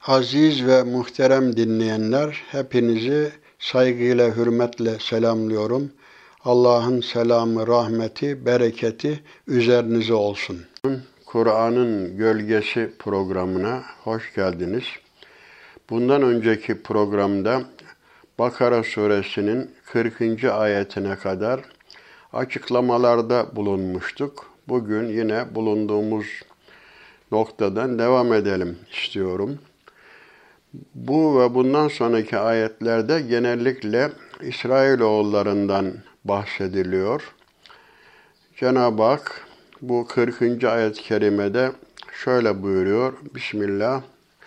Aziz ve muhterem dinleyenler, hepinizi saygıyla, hürmetle selamlıyorum. Allah'ın selamı, rahmeti, bereketi üzerinize olsun. Kur'an'ın Gölgesi programına hoş geldiniz. Bundan önceki programda Bakara suresinin 40. ayetine kadar açıklamalarda bulunmuştuk. Bugün yine bulunduğumuz noktadan devam edelim istiyorum. Bu ve bundan sonraki ayetlerde genellikle İsrailoğullarından bahsediliyor. Cenab-ı Hak bu 40. ayet-i kerimede şöyle buyuruyor. Bismillah.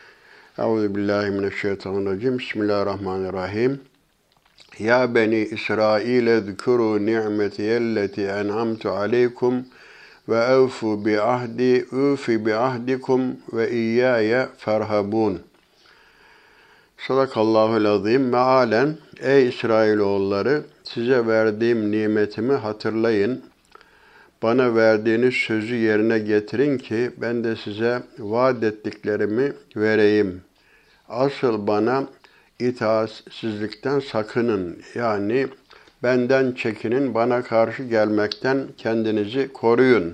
Euzubillahimineşşeytanirracim. Bismillahirrahmanirrahim. Ya beni İsrail zkuru ni'metiyelleti en'amtu aleykum ve evfu bi ahdi ufi bi ahdikum ve iyyaya ferhabun. Sadakallahul azim. Mealen, ey İsrailoğulları, size verdiğim nimetimi hatırlayın. Bana verdiğiniz sözü yerine getirin ki ben de size vaat ettiklerimi vereyim. Asıl bana itaatsizlikten sakının. Yani benden çekinin, bana karşı gelmekten kendinizi koruyun.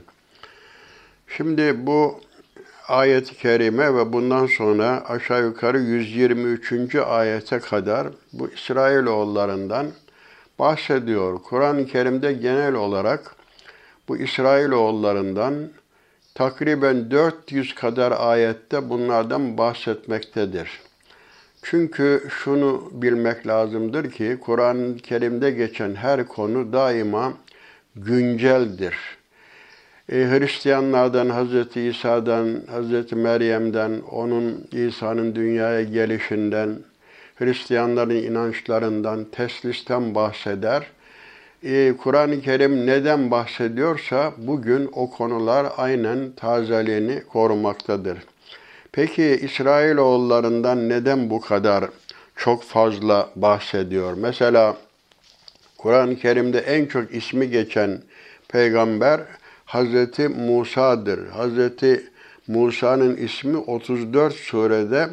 Şimdi bu ayet-i kerime ve bundan sonra aşağı yukarı 123. ayete kadar bu İsrailoğullarından bahsediyor. Kur'an-ı Kerim'de genel olarak bu İsrailoğullarından takriben 400 kadar ayette bunlardan bahsetmektedir. Çünkü şunu bilmek lazımdır ki Kur'an-ı Kerim'de geçen her konu daima günceldir. Hristiyanlardan, Hz. İsa'dan, Hz. Meryem'den, onun İsa'nın dünyaya gelişinden, Hristiyanların inançlarından, teslisten bahseder. Kur'an-ı Kerim neden bahsediyorsa bugün o konular aynen tazeliğini korumaktadır. Peki İsrailoğullarından neden bu kadar çok fazla bahsediyor? Mesela Kur'an-ı Kerim'de en çok ismi geçen peygamber Hz. Musa'dır. Hz. Musa'nın ismi 34 surede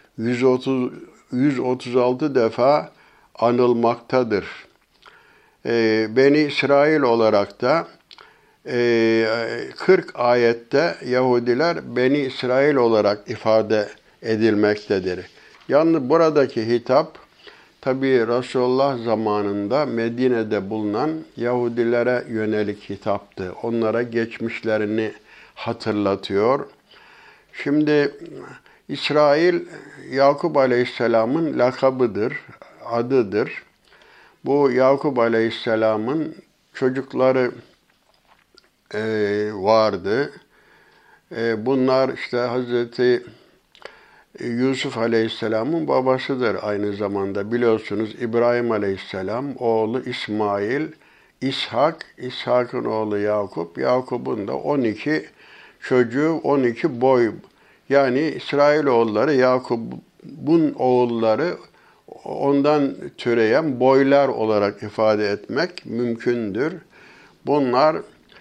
136 defa anılmaktadır. Beni İsrail olarak da 40 ayette Yahudiler Beni İsrail olarak ifade edilmektedir. Yalnız buradaki hitap tabi Resulullah zamanında Medine'de bulunan Yahudilere yönelik hitaptı. Onlara geçmişlerini hatırlatıyor. Şimdi İsrail, Yakup Aleyhisselam'ın lakabıdır, adıdır. Bu Yakup Aleyhisselam'ın çocukları vardı. Bunlar işte Hazreti Yusuf Aleyhisselam'ın babasıdır aynı zamanda. Biliyorsunuz İbrahim Aleyhisselam, oğlu İsmail, İshak, İshak'ın oğlu Yakup, Yakup'un da 12 çocuğu, 12 boy. Yani İsrailoğulları, Yakup'un oğulları, ondan türeyen boylar olarak ifade etmek mümkündür. Bunlar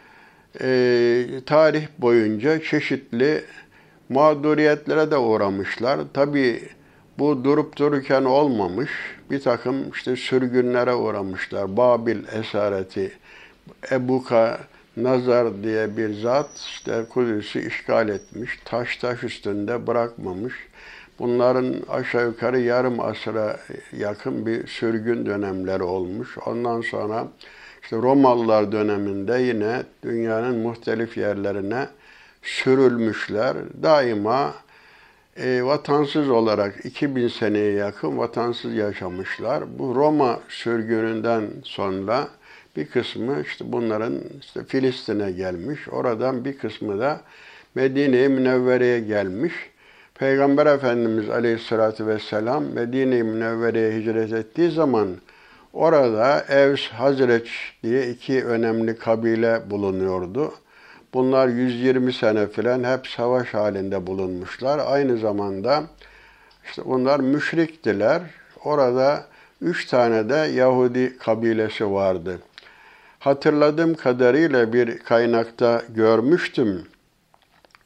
tarih boyunca çeşitli mağduriyetlere de uğramışlar. Tabii bu durup dururken olmamış. Bir takım işte sürgünlere uğramışlar. Babil esareti, Ebukadnezar diye bir zat işte Kudüs'ü işgal etmiş. Taş üstünde bırakmamış. Bunların aşağı yukarı yarım asıra yakın bir sürgün dönemleri olmuş. Ondan sonra işte Romalılar döneminde yine dünyanın muhtelif yerlerine sürülmüşler. Daima vatansız olarak 2000 seneye yakın vatansız yaşamışlar. Bu Roma sürgününden sonra bir kısmı işte bunların işte Filistin'e gelmiş. Oradan bir kısmı da Medine-i Münevvere'ye gelmiş. Peygamber Efendimiz Aleyhisselatü Vesselam Medine-i Münevvere'ye hicret ettiği zaman orada Evs, Hazreç diye iki önemli kabile bulunuyordu. Bunlar 120 sene filan hep savaş halinde bulunmuşlar. Aynı zamanda işte bunlar müşriktiler. Orada 3 tane de Yahudi kabilesi vardı. Hatırladığım kadarıyla bir kaynakta görmüştüm.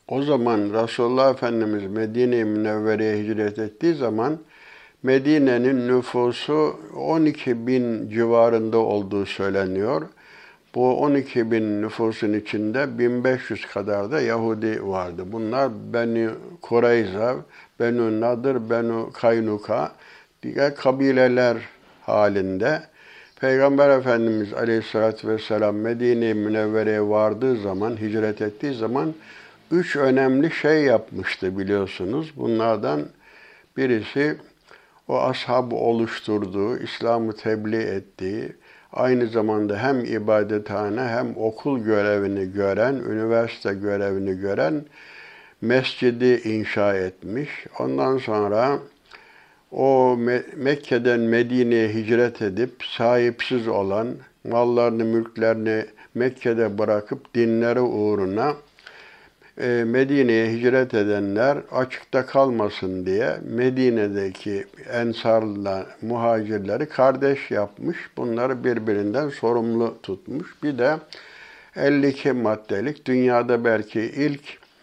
o zaman Resulullah Efendimiz Medine-i Münevvere'ye hicret ettiği zaman Medine'nin nüfusu 12 bin civarında olduğu söyleniyor. Bu 12 bin nüfusun içinde 1500 kadar da Yahudi vardı. Bunlar Beni Kureyza, Benu Nadir, Benu Kaynuka diye kabileler halinde. Peygamber Efendimiz Aleyhisselatü Vesselam Medine-i Münevvere'ye vardığı zaman, hicret ettiği zaman 3 önemli şey yapmıştı biliyorsunuz. Bunlardan birisi o ashabı oluşturduğu, İslam'ı tebliğ ettiği, aynı zamanda hem ibadethane hem okul görevini gören, üniversite görevini gören mescidi inşa etmiş. Ondan sonra o Mekke'den Medine'ye hicret edip sahipsiz olan, mallarını, mülklerini Mekke'de bırakıp dinleri uğruna Medine'ye hicret edenler açıkta kalmasın diye Medine'deki ensarla muhacirleri kardeş yapmış. Bunları birbirinden sorumlu tutmuş. Bir de 52 maddelik dünyada belki ilk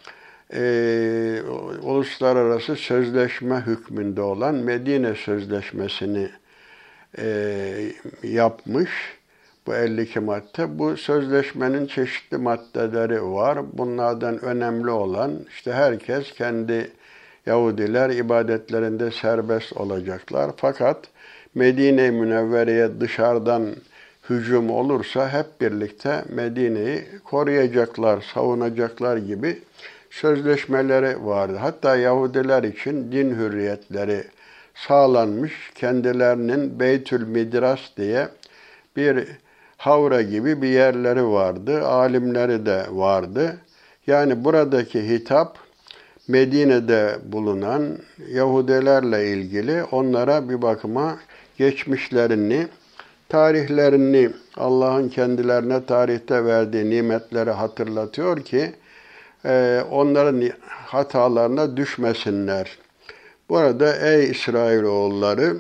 uluslararası sözleşme hükmünde olan Medine Sözleşmesi'ni yapmış. Bu 52 madde. Bu sözleşmenin çeşitli maddeleri var. Bunlardan önemli olan işte herkes kendi Yahudiler ibadetlerinde serbest olacaklar. Fakat Medine-i Münevvere'ye dışarıdan hücum olursa hep birlikte Medine'yi koruyacaklar, savunacaklar gibi sözleşmeleri vardı. Hatta Yahudiler için din hürriyetleri sağlanmış, kendilerinin Beytül Midras diye bir havra gibi bir yerleri vardı, alimleri de vardı. Yani buradaki hitap Medine'de bulunan Yahudilerle ilgili onlara bir bakıma geçmişlerini, tarihlerini, Allah'ın kendilerine tarihte verdiği nimetleri hatırlatıyor ki onların hatalarına düşmesinler. Bu arada ey İsrailoğulları,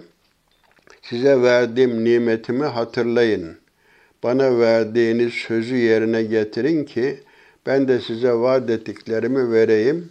size verdiğim nimetimi hatırlayın. Bana verdiğiniz sözü yerine getirin ki ben de size vaat ettiklerimi vereyim.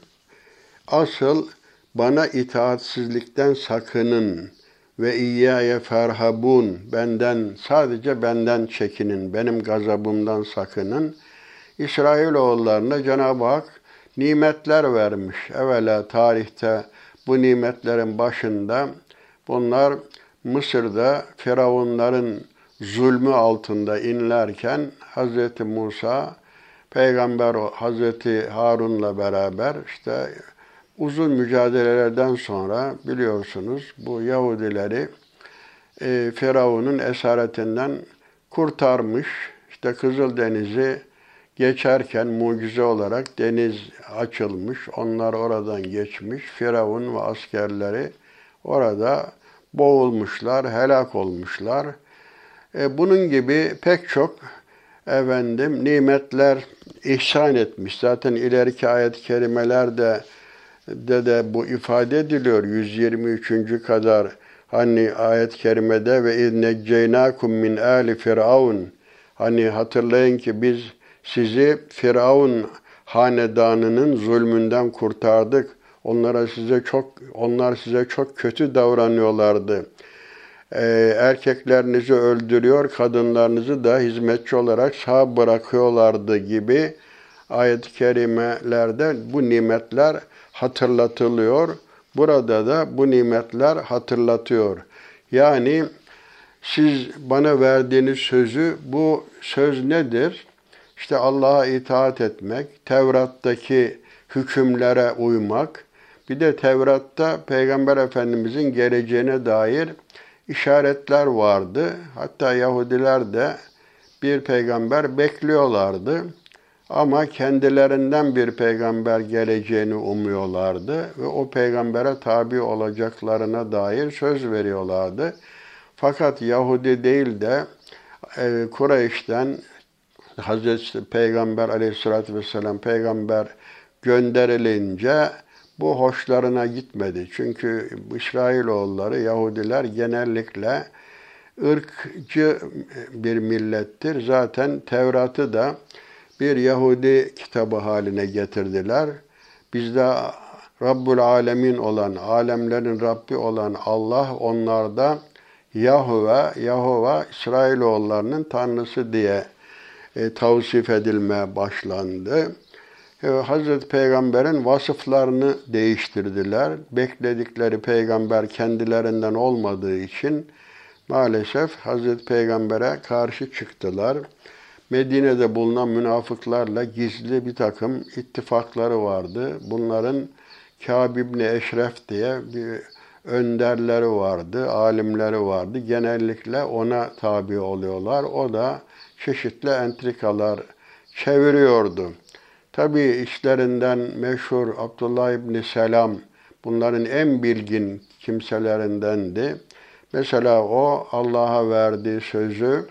Asıl bana itaatsizlikten sakının ve iyyâye ferhabun. Sadece benden çekinin, benim gazabımdan sakının. İsrailoğullarına Cenab-ı Hak nimetler vermiş. Evvela tarihte bu nimetlerin başında bunlar Mısır'da Firavunların zulmü altında inlerken Hz. Musa, Peygamber Hz. Harun'la beraber işte uzun mücadelelerden sonra biliyorsunuz bu Yahudileri Firavun'un esaretinden kurtarmış. İşte Kızıldeniz'i geçerken mucize olarak deniz açılmış. Onlar oradan geçmiş. Firavun ve askerleri orada boğulmuşlar, helak olmuşlar. Bunun gibi pek çok nimetler ihsan etmiş. Zaten ileriki ayet-i kerimelerde de bu ifade ediliyor. 123. kadar hani ayet-i kerimede ve izneceynakum min ali firavun, hani hatırlayın ki biz sizi Firavun hanedanının zulmünden kurtardık. Onlar size çok kötü davranıyorlardı. Erkeklerinizi öldürüyor, kadınlarınızı da hizmetçi olarak sağ bırakıyorlardı gibi ayet-i kerimelerde bu nimetler hatırlatılıyor. Burada da bu nimetler hatırlatıyor. Yani siz bana verdiğiniz sözü, bu söz nedir? İşte Allah'a itaat etmek, Tevrat'taki hükümlere uymak, bir de Tevrat'ta Peygamber Efendimizin geleceğine dair işaretler vardı. Hatta Yahudiler de bir peygamber bekliyorlardı. Ama kendilerinden bir peygamber geleceğini umuyorlardı ve o peygambere tabi olacaklarına dair söz veriyorlardı. Fakat Yahudi değil de Kureyş'ten Hazreti Peygamber Aleyhisselatü Vesselam peygamber gönderilince bu hoşlarına gitmedi. Çünkü İsrailoğulları, Yahudiler genellikle ırkçı bir millettir. Zaten Tevrat'ı da bir Yahudi kitabı haline getirdiler. Bizde Rabbul Alemin olan, alemlerin Rabbi olan Allah onlarda Yahova İsrailoğullarının Tanrısı diye tavsif edilmeye başlandı. Hazreti Peygamber'in vasıflarını değiştirdiler. Bekledikleri peygamber kendilerinden olmadığı için maalesef Hazreti Peygamber'e karşı çıktılar. Medine'de bulunan münafıklarla gizli bir takım ittifakları vardı. Bunların Kâb İbni Eşref diye bir önderleri vardı, alimleri vardı. Genellikle ona tabi oluyorlar. O da çeşitli entrikalar çeviriyordu. Tabii işlerinden meşhur Abdullah İbni Selam bunların en bilgin kimselerindendi. Mesela o Allah'a verdiği sözü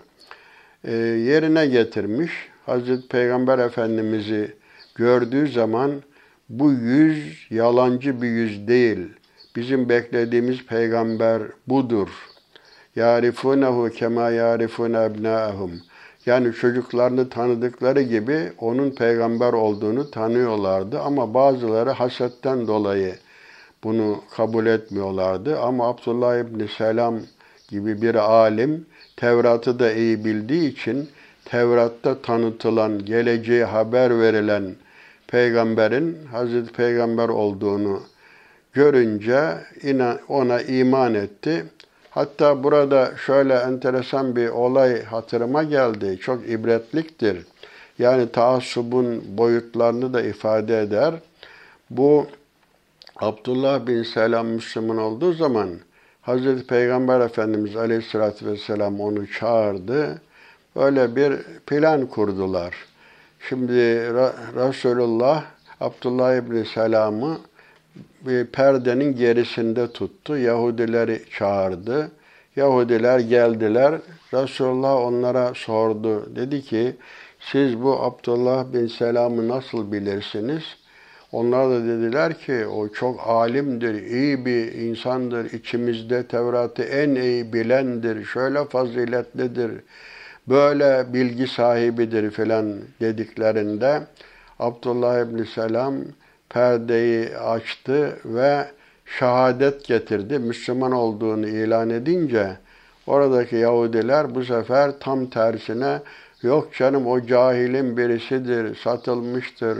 yerine getirmiş. Hazreti Peygamber Efendimiz'i gördüğü zaman bu yüz yalancı bir yüz değil. Bizim beklediğimiz peygamber budur. يَعْرِفُونَهُ كَمَا يَعْرِفُونَ اَبْنَاءَهُمْ. Yani çocuklarını tanıdıkları gibi onun peygamber olduğunu tanıyorlardı. Ama bazıları hasetten dolayı bunu kabul etmiyorlardı. Ama Abdullah İbni Selam gibi bir alim Tevrat'ı da iyi bildiği için Tevrat'ta tanıtılan, geleceği haber verilen peygamberin Hazreti Peygamber olduğunu görünce ona iman etti. Hatta burada şöyle enteresan bir olay hatırıma geldi. Çok ibretliktir. Yani taassubun boyutlarını da ifade eder. Bu Abdullah bin Selam Müslüman olduğu zaman Hazreti Peygamber Efendimiz Aleyhisselatü Vesselam onu çağırdı. Böyle bir plan kurdular. Şimdi Resulullah Abdullah ibn Selam'ı bir perdenin gerisinde tuttu. Yahudileri çağırdı. Yahudiler geldiler. Resulullah onlara sordu. Dedi ki, siz bu Abdullah bin Selam'ı nasıl bilirsiniz? Onlar da dediler ki, o çok alimdir, iyi bir insandır, içimizde Tevrat'ı en iyi bilendir, şöyle faziletlidir, böyle bilgi sahibidir filan dediklerinde Abdullah ibn Selam perdeyi açtı ve şehadet getirdi. Müslüman olduğunu ilan edince oradaki Yahudiler bu sefer tam tersine yok canım o cahilin birisidir, satılmıştır,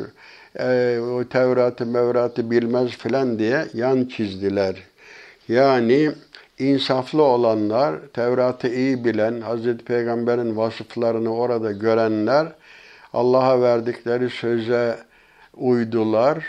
o Tevrat'ı bilmez filan diye yan çizdiler. Yani insaflı olanlar, Tevrat'ı iyi bilen, Hazreti Peygamber'in vasıflarını orada görenler, Allah'a verdikleri söze uydular.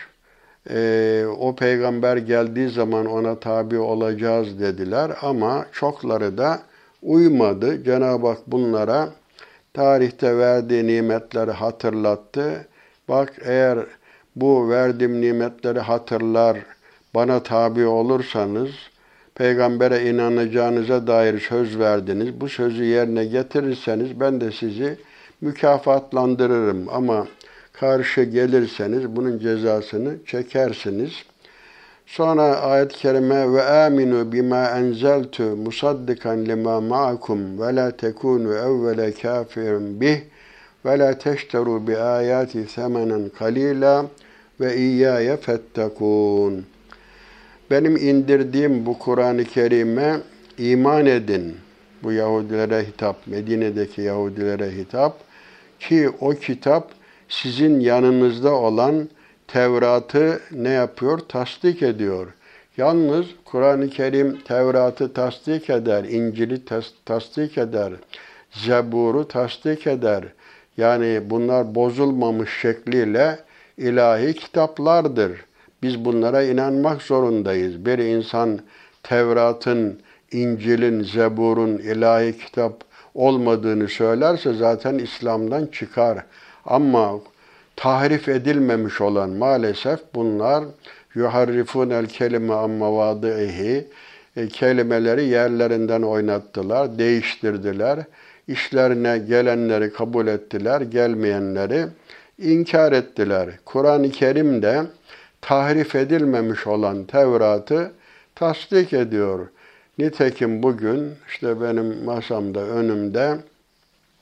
O peygamber geldiği zaman ona tabi olacağız dediler ama çokları da uymadı. Cenab-ı Hak bunlara tarihte verdiği nimetleri hatırlattı. Bak eğer bu verdiğim nimetleri hatırlar, bana tabi olursanız, peygambere inanacağınıza dair söz verdiniz. Bu sözü yerine getirirseniz ben de sizi mükafatlandırırım ama karşı gelirseniz bunun cezasını çekersiniz. Sonra ayet-i kerime ve aminu bima enzeltu musaddikan lima ma'akum ve la tekunu evvele kafirin bih ve la teşteru bi ayati semenen kalila ve iyyaya fettekun. Benim indirdiğim bu Kur'an-ı Kerim'e iman edin. Bu Yahudilere hitap, Medine'deki Yahudilere hitap ki o kitap sizin yanınızda olan Tevrat'ı ne yapıyor? Tasdik ediyor. Yalnız Kur'an-ı Kerim Tevrat'ı tasdik eder, İncil'i tasdik eder, Zebur'u tasdik eder. Yani bunlar bozulmamış şekliyle ilahi kitaplardır. Biz bunlara inanmak zorundayız. Bir insan Tevrat'ın, İncil'in, Zebur'un ilahi kitap olmadığını söylerse zaten İslam'dan çıkar. Ama tahrif edilmemiş olan maalesef bunlar yuharrifunel kelime amma vadihi kelimeleri yerlerinden oynattılar, değiştirdiler. İşlerine gelenleri kabul ettiler, gelmeyenleri inkar ettiler. Kur'an-ı Kerim de tahrif edilmemiş olan Tevrat'ı tasdik ediyor. Nitekim bugün işte benim masamda önümde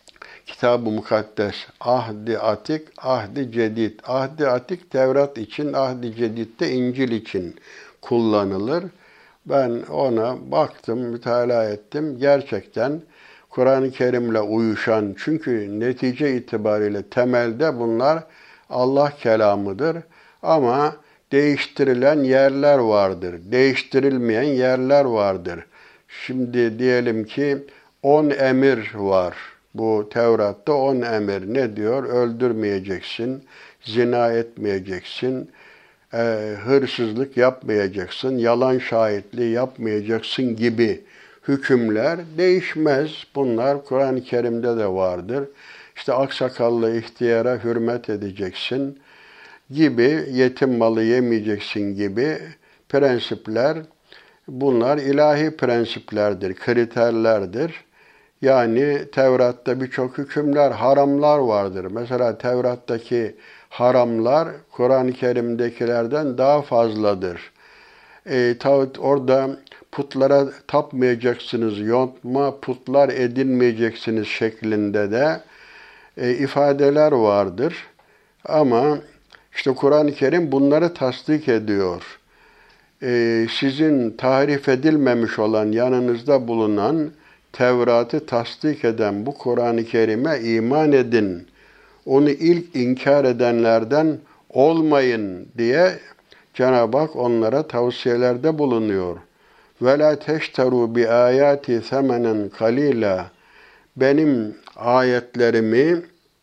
Kitab-ı Mukaddes, Ahd-i Atik, Ahd-i Cedid. Ahd-i Atik Tevrat için, Ahd-i Cedid de İncil için kullanılır. Ben ona baktım, mütalaa ettim. Gerçekten Kur'an-ı Kerim'le uyuşan, çünkü netice itibariyle temelde bunlar Allah kelamıdır. Ama değiştirilen yerler vardır, değiştirilmeyen yerler vardır. Şimdi diyelim ki 10 emir var. Bu Tevrat'ta 10 emir ne diyor? Öldürmeyeceksin, zina etmeyeceksin, hırsızlık yapmayacaksın, yalan şahitliği yapmayacaksın gibi hükümler değişmez. Bunlar Kur'an-ı Kerim'de de vardır. İşte aksakallı ihtiyara hürmet edeceksin gibi, yetim malı yemeyeceksin gibi prensipler, bunlar ilahi prensiplerdir, kriterlerdir. Yani Tevrat'ta birçok hükümler, haramlar vardır. Mesela Tevrat'taki haramlar Kur'an-ı Kerim'dekilerden daha fazladır. Orada putlara tapmayacaksınız, yontma putlar edinmeyeceksiniz şeklinde de ifadeler vardır. Ama işte Kur'an-ı Kerim bunları tasdik ediyor. Sizin tahrif edilmemiş olan, yanınızda bulunan Tevrat'ı tasdik eden bu Kur'an-ı Kerim'e iman edin. Onu ilk inkar edenlerden olmayın diye Cenab-ı Hak onlara tavsiyelerde bulunuyor. وَلَا تَشْتَرُوا بِآيَاتِ ثَمَنًا قَلِيلًا. Benim ayetlerimi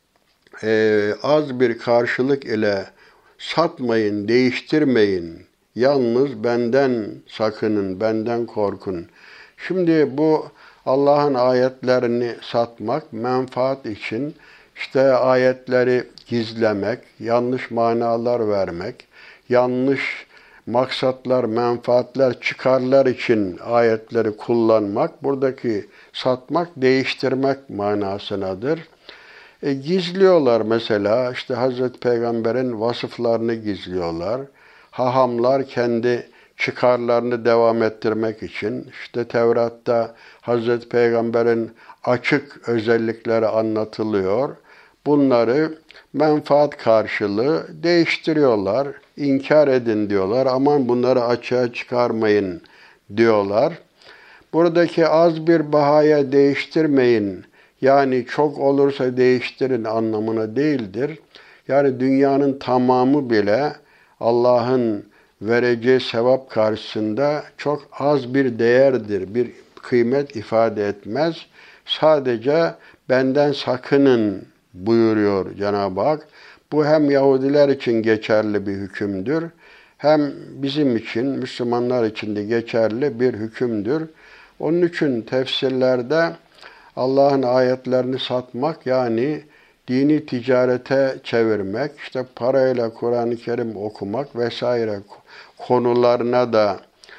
az bir karşılık ile satmayın, değiştirmeyin. Yalnız benden sakının, benden korkun. Şimdi bu Allah'ın ayetlerini satmak, menfaat için, işte ayetleri gizlemek, yanlış manalar vermek, yanlış maksatlar, menfaatler, çıkarlar için ayetleri kullanmak, buradaki satmak, değiştirmek manasınadır. Gizliyorlar mesela, işte Hazreti Peygamber'in vasıflarını gizliyorlar. Hahamlar kendi çıkarlarını devam ettirmek için, işte Tevrat'ta Hazreti Peygamber'in açık özellikleri anlatılıyor. Bunları menfaat karşılığı değiştiriyorlar, inkar edin diyorlar. Aman bunları açığa çıkarmayın diyorlar. Buradaki az bir bahaya değiştirmeyin, yani çok olursa değiştirin anlamına değildir. Yani dünyanın tamamı bile Allah'ın vereceği sevap karşısında çok az bir değerdir, bir kıymet ifade etmez. Sadece benden sakının buyuruyor Cenab-ı Hak. Bu hem Yahudiler için geçerli bir hükümdür, hem bizim için, Müslümanlar için de geçerli bir hükümdür. Onun için tefsirlerde Allah'ın ayetlerini satmak, yani dini ticarete çevirmek, işte parayla Kur'an-ı Kerim okumak vesaire konularına da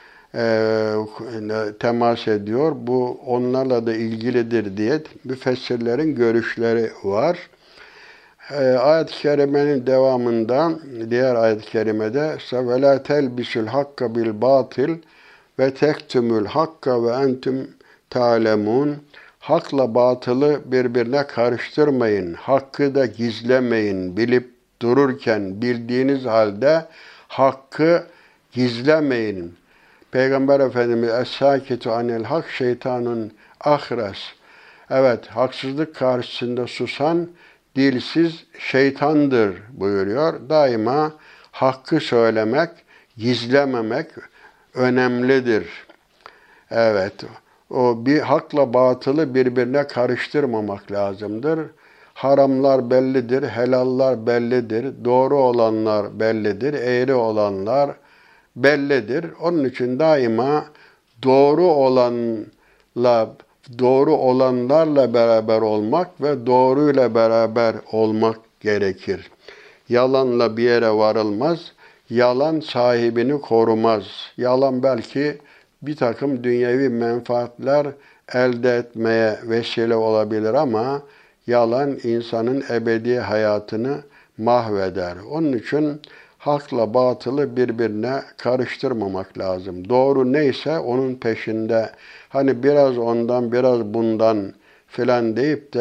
temas ediyor. Bu onlarla da ilgilidir diye müfessirlerin görüşleri var. Ayet-i kerimenin devamında, diğer ayet-i kerimede وَلَا تَلْبِسُ الْحَقَّ بِالْبَاطِلِ وَتَكْتُمُ الْحَقَّ وَاَنْتُمْ تَعْلَمُونَ. Hakla batılı birbirine karıştırmayın. Hakkı da gizlemeyin. Bilip dururken, bildiğiniz halde hakkı gizlemeyin. Peygamber Efendimiz Es-sâkitu anil hak şeytanun ahras. Evet, haksızlık karşısında susan dilsiz şeytandır buyuruyor. Daima hakkı söylemek, gizlememek önemlidir. Evet, o bir hakla batılı birbirine karıştırmamak lazımdır. Haramlar bellidir, helallar bellidir, doğru olanlar bellidir, eğri olanlar bellidir. Onun için daima doğru olanlarla beraber olmak ve doğruyla beraber olmak gerekir. Yalanla bir yere varılmaz, yalan sahibini korumaz. Yalan belki bir takım dünyevi menfaatler elde etmeye vesile olabilir ama yalan insanın ebedi hayatını mahveder. Onun için hakla batılı birbirine karıştırmamak lazım. Doğru neyse onun peşinde, hani biraz ondan biraz bundan filan deyip de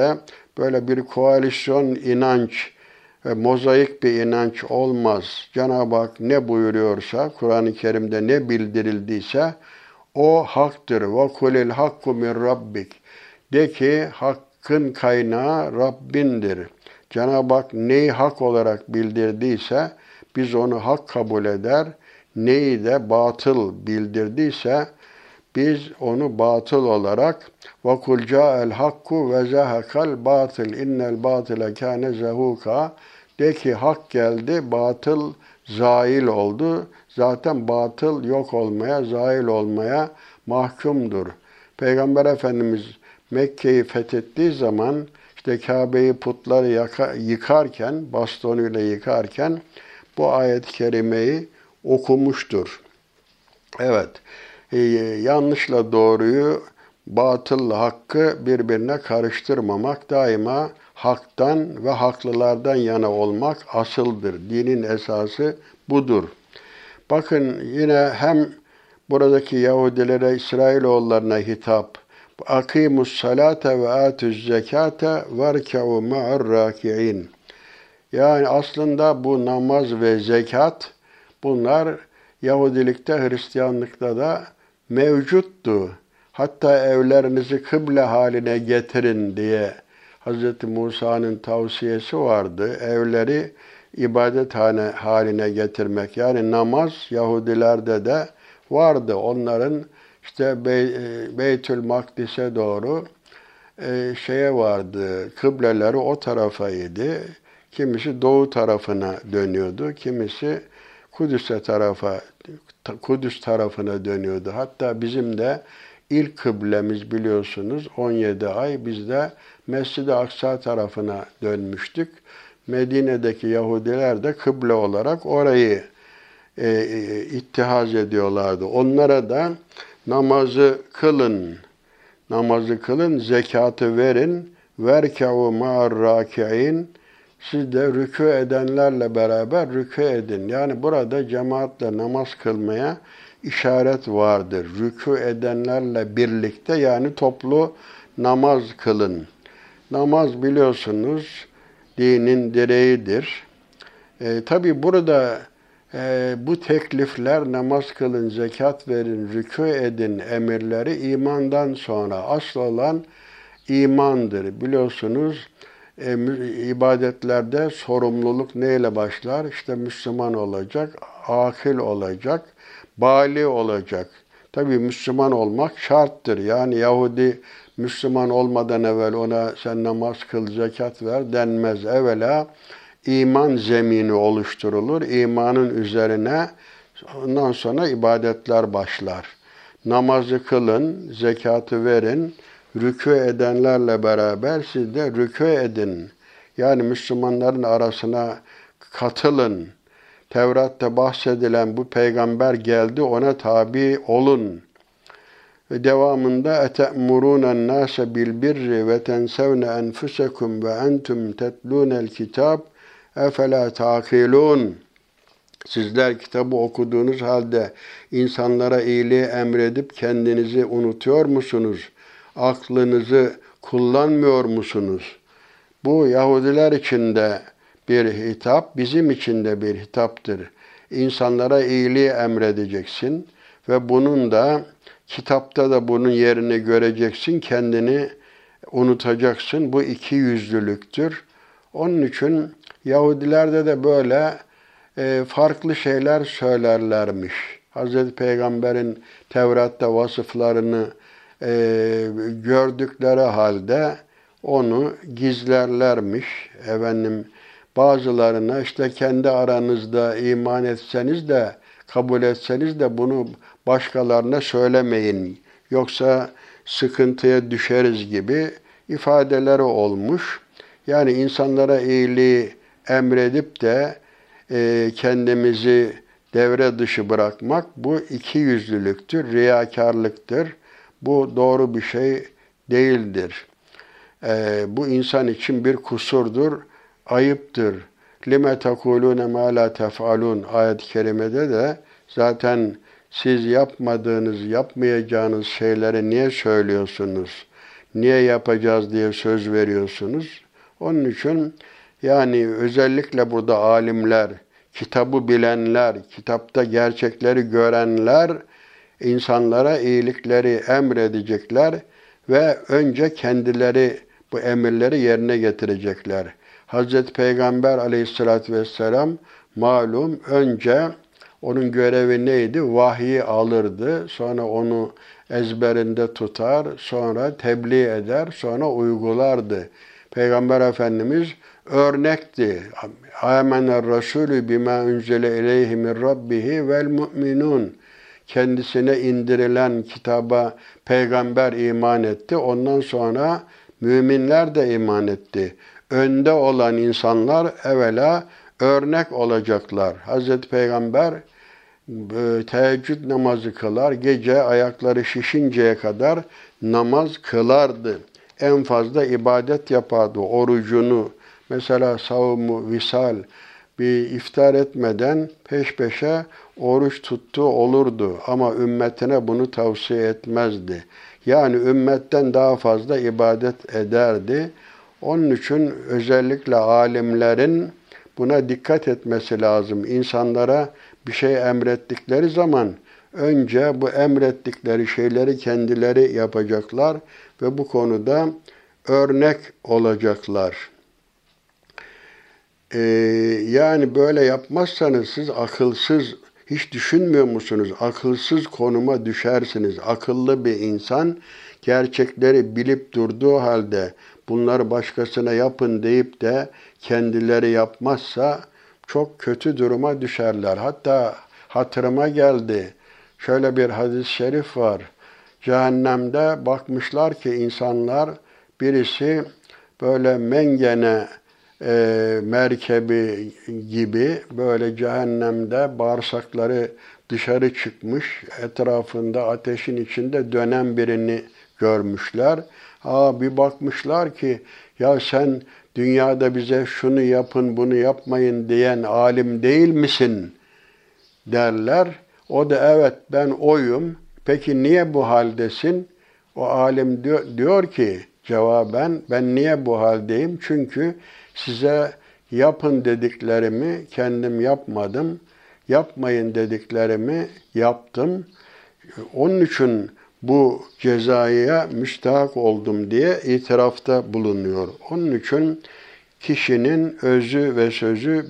böyle bir koalisyon inanç ve mozaik bir inanç olmaz. Cenab-ı Hak ne buyuruyorsa, Kur'an-ı Kerim'de ne bildirildiyse o haktır. وَقُلِ الْحَقُّ مِنْ rabbik. De ki hakkın kaynağı Rabbindir. Cenab-ı Hak neyi hak olarak bildirdiyse biz onu hak kabul eder. Neyi de batıl bildirdiyse biz onu batıl olarak وَقُلْ جَاءَ الْحَقُّ وَزَهَقَ الْبَاطِلِ اِنَّ الْبَاطِلَ كَانَ زَهُوقًا. De ki hak geldi, batıl zail oldu. Zaten batıl yok olmaya, zail olmaya mahkumdur. Peygamber Efendimiz Mekke'yi fethettiği zaman işte Kabe'yi putları yıkarken, bastonuyla yıkarken bu ayet-i kerimeyi okumuştur. Evet, yanlışla doğruyu, batılla hakkı birbirine karıştırmamak, daima haktan ve haklılardan yana olmak asıldır. Dinin esası budur. Bakın yine hem buradaki Yahudilere, İsrailoğullarına hitap, akimus salate ve atuz zekate verkeu ma'ar raki'in. Yani aslında bu namaz ve zekat, bunlar Yahudilikte, Hristiyanlıkta da mevcuttu. Hatta evlerinizi kıble haline getirin diye Hz. Musa'nın tavsiyesi vardı. Evleri ibadethane haline getirmek. Yani namaz Yahudilerde de vardı. Onların işte Beytül Makdis'e doğru şeye vardı. Kıbleleri o tarafaydı. Kimisi doğu tarafına dönüyordu. Kimisi Kudüs tarafına dönüyordu. Hatta bizim de ilk kıblemiz biliyorsunuz 17 ay biz de Mescid-i Aksa tarafına dönmüştük. Medine'deki Yahudiler de kıble olarak orayı ittihaz ediyorlardı. Onlara da namazı kılın, zekatı verin, verkâhu ma'ar râki'in. Siz de rükû edenlerle beraber rükû edin. Yani burada cemaatle namaz kılmaya işaret vardır. Rükû edenlerle birlikte, yani toplu namaz kılın. Namaz biliyorsunuz dinin direğidir. Tabi burada bu teklifler, namaz kılın, zekat verin, rükû edin emirleri imandan sonra asıl olan imandır. Biliyorsunuz ibadetlerde sorumluluk neyle başlar? İşte Müslüman olacak, akil olacak, bâli olacak. Tabii Müslüman olmak şarttır. Yani Yahudi Müslüman olmadan evvel ona sen namaz kıl, zekat ver denmez. Evvela iman zemini oluşturulur. İmanın üzerine ondan sonra ibadetler başlar. Namazı kılın, zekatı verin, rükû edenlerle beraber siz de rükû edin. Yani Müslümanların arasına katılın. Tevrat'ta bahsedilen bu peygamber geldi, ona tabi olun. Ve devamında ete'murûnen nâse bil birri ve tensevne enfusekum ve entum tetlûnel kitâb efelâ ta'kilûn. Sizler kitabı okuduğunuz halde insanlara iyiliği emredip kendinizi unutuyor musunuz? Aklınızı kullanmıyor musunuz? Bu Yahudiler için de bir hitap, bizim için de bir hitaptır. İnsanlara iyiliği emredeceksin ve bunun da kitapta da bunun yerini göreceksin, kendini unutacaksın. Bu ikiyüzlülüktür. Onun için Yahudilerde de böyle farklı şeyler söylerlermiş. Hazreti Peygamber'in Tevrat'ta vasıflarını gördükleri halde onu gizlerlermiş. Bazılarına işte kendi aranızda iman etseniz de kabul etseniz de bunu başkalarına söylemeyin. Yoksa sıkıntıya düşeriz gibi ifadeleri olmuş. Yani insanlara iyiliği emredip de kendimizi devre dışı bırakmak bu ikiyüzlülüktür, riyakarlıktır. Bu doğru bir şey değildir. Bu insan için bir kusurdur, ayıptır. لِمَ تَقُولُونَ مَا لَا تَفْعَلُونَ ayet-i kerimede de zaten siz yapmadığınız, yapmayacağınız şeyleri niye söylüyorsunuz? niye yapacağız diye söz veriyorsunuz? Onun için yani özellikle burada alimler, kitabı bilenler, kitapta gerçekleri görenler insanlara iyilikleri emredecekler ve önce kendileri bu emirleri yerine getirecekler. Hazreti Peygamber aleyhissalatü vesselam malum önce onun görevi neydi? Vahyi alırdı. Sonra onu ezberinde tutar. Sonra tebliğ eder. Sonra uygulardı. Peygamber Efendimiz örnekti. Âmener Rasûlü bimâ unzile ileyhi min rabbihi vel mu'minun. Kendisine indirilen kitaba peygamber iman etti. Ondan sonra müminler de iman etti. Önde olan insanlar evvela örnek olacaklar. Hazreti Peygamber teheccüd namazı kılar, gece ayakları şişinceye kadar namaz kılardı. En fazla ibadet yapardı, orucunu, mesela savunmu, visal, bir iftar etmeden peş peşe oruç tuttuğu olurdu. Ama ümmetine bunu tavsiye etmezdi. Yani ümmetten daha fazla ibadet ederdi. Onun için özellikle alimlerin buna dikkat etmesi lazım. İnsanlara bir şey emrettikleri zaman önce bu emrettikleri şeyleri kendileri yapacaklar ve bu konuda örnek olacaklar. Yani böyle yapmazsanız siz akılsız, hiç düşünmüyor musunuz? Akılsız konuma düşersiniz. Akıllı bir insan gerçekleri bilip durduğu halde bunları başkasına yapın deyip de kendileri yapmazsa çok kötü duruma düşerler. Hatta hatırıma geldi. Şöyle bir hadis-i şerif var. Cehennemde bakmışlar ki insanlar birisi böyle mengene merkebi gibi böyle cehennemde bağırsakları dışarı çıkmış, etrafında ateşin içinde dönen birini görmüşler. Bir bakmışlar ki ya sen dünyada bize şunu yapın bunu yapmayın diyen alim değil misin derler. O da evet ben oyum. Peki niye bu haldesin? O alim diyor ki cevaben ben niye bu haldeyim? Çünkü size yapın dediklerimi kendim yapmadım. Yapmayın dediklerimi yaptım. Onun için bu cezaya müstahak oldum diye itirafta bulunuyor. Onun için kişinin özü ve sözü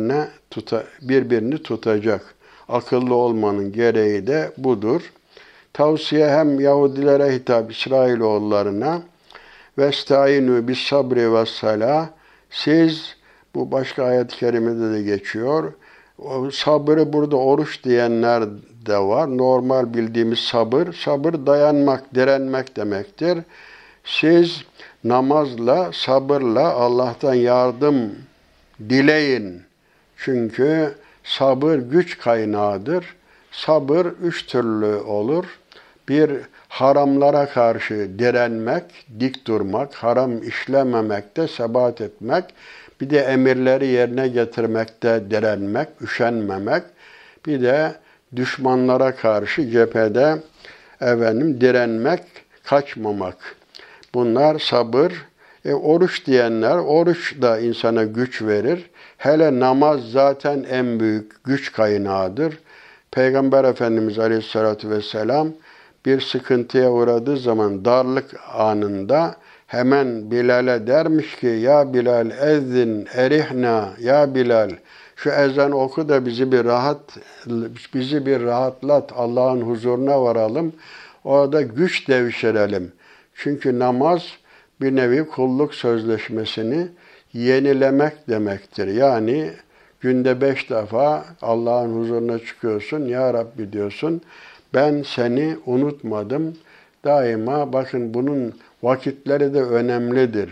birbirini tutacak. Akıllı olmanın gereği de budur. Tavsiye hem Yahudilere hitap İsrailoğullarına vestaînû bis sabri ve salâh. Siz, bu başka ayet-i kerimede de geçiyor. O sabrı burada oruç diyenler de var. Normal bildiğimiz sabır. Sabır dayanmak, direnmek demektir. Siz namazla, sabırla Allah'tan yardım dileyin. Çünkü sabır güç kaynağıdır. Sabır üç türlü olur. Bir, haramlara karşı direnmek, dik durmak, haram işlememekte sebat etmek. Bir de emirleri yerine getirmekte direnmek, üşenmemek. Bir de düşmanlara karşı cephede direnmek, kaçmamak. Bunlar sabır. Oruç diyenler, oruç da insana güç verir. Hele namaz zaten en büyük güç kaynağıdır. Peygamber Efendimiz Aleyhisselatü Vesselam bir sıkıntıya uğradığı zaman darlık anında hemen Bilal'e dermiş ki ya Bilal ezzin erihna ya Bilal şu ezan oku da bizi bir rahatlat Allah'ın huzuruna varalım. Orada güç devşirelim. Çünkü namaz bir nevi kulluk sözleşmesini yenilemek demektir. Yani günde 5 defa Allah'ın huzuruna çıkıyorsun. Ya Rabbi diyorsun. Ben seni unutmadım. Daima bakın bunun vakitleri de önemlidir.